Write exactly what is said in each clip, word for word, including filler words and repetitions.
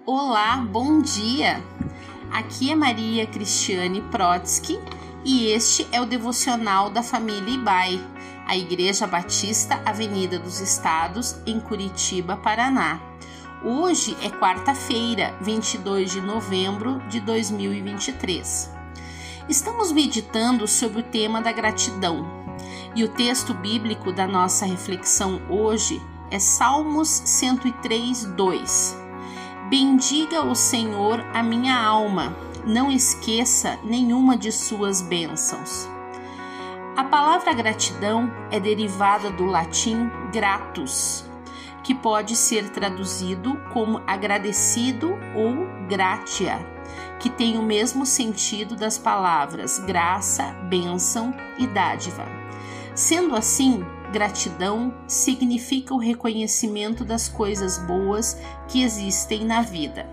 Olá, bom dia! Aqui é Maria Cristiane Protsky e este é o devocional da família Ibai, a Igreja Batista Avenida dos Estados, em Curitiba, Paraná. Hoje é quarta-feira, vinte e dois de novembro de dois mil e vinte e três. Estamos meditando sobre o tema da gratidão e o texto bíblico da nossa reflexão hoje é Salmos cento e três, dois. Bendiga o Senhor a minha alma, não esqueça nenhuma de suas bênçãos. A palavra gratidão é derivada do latim gratus, que pode ser traduzido como agradecido ou gratia, que tem o mesmo sentido das palavras graça, bênção e dádiva. Sendo assim, gratidão significa o reconhecimento das coisas boas que existem na vida.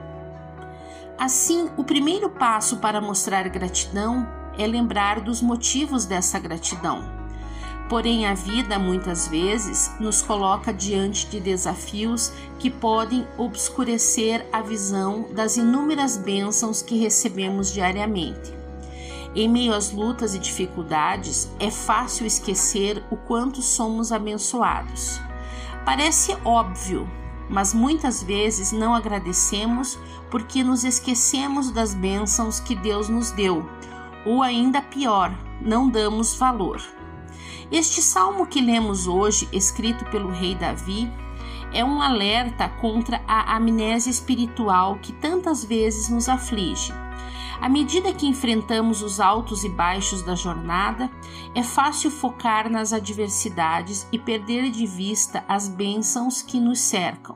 Assim, o primeiro passo para mostrar gratidão é lembrar dos motivos dessa gratidão. Porém, a vida, muitas vezes, nos coloca diante de desafios que podem obscurecer a visão das inúmeras bênçãos que recebemos diariamente. Em meio às lutas e dificuldades, é fácil esquecer o quanto somos abençoados. Parece óbvio, mas muitas vezes não agradecemos porque nos esquecemos das bênçãos que Deus nos deu, ou ainda pior, não damos valor. Este salmo que lemos hoje, escrito pelo rei Davi, é um alerta contra a amnésia espiritual que tantas vezes nos aflige. À medida que enfrentamos os altos e baixos da jornada, é fácil focar nas adversidades e perder de vista as bênçãos que nos cercam.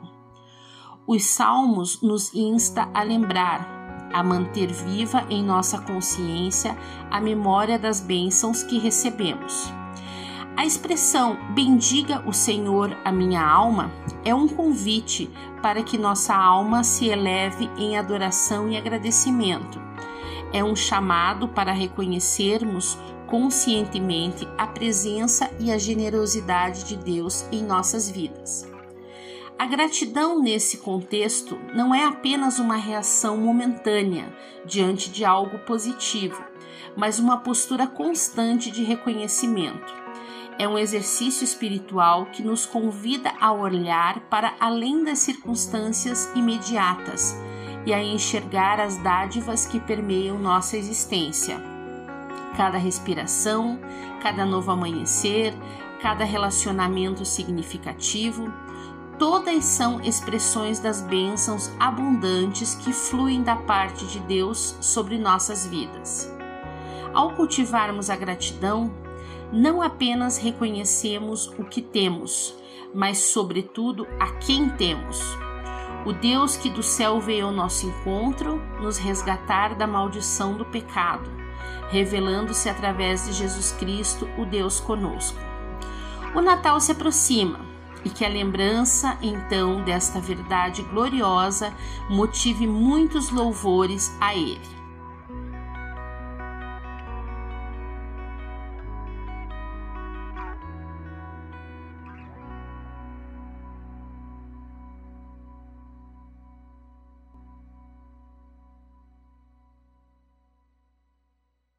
Os salmos nos insta a lembrar, a manter viva em nossa consciência a memória das bênçãos que recebemos. A expressão bendiga o Senhor a minha alma é um convite para que nossa alma se eleve em adoração e agradecimento. É um chamado para reconhecermos conscientemente a presença e a generosidade de Deus em nossas vidas. A gratidão nesse contexto não é apenas uma reação momentânea diante de algo positivo, mas uma postura constante de reconhecimento. É um exercício espiritual que nos convida a olhar para além das circunstâncias imediatas e a enxergar as dádivas que permeiam nossa existência. Cada respiração, cada novo amanhecer, cada relacionamento significativo, todas são expressões das bênçãos abundantes que fluem da parte de Deus sobre nossas vidas. Ao cultivarmos a gratidão, não apenas reconhecemos o que temos, mas, sobretudo, a quem temos. O Deus que do céu veio ao nosso encontro, nos resgatar da maldição do pecado, revelando-se através de Jesus Cristo, o Deus conosco. O Natal se aproxima e que a lembrança, então, desta verdade gloriosa motive muitos louvores a Ele.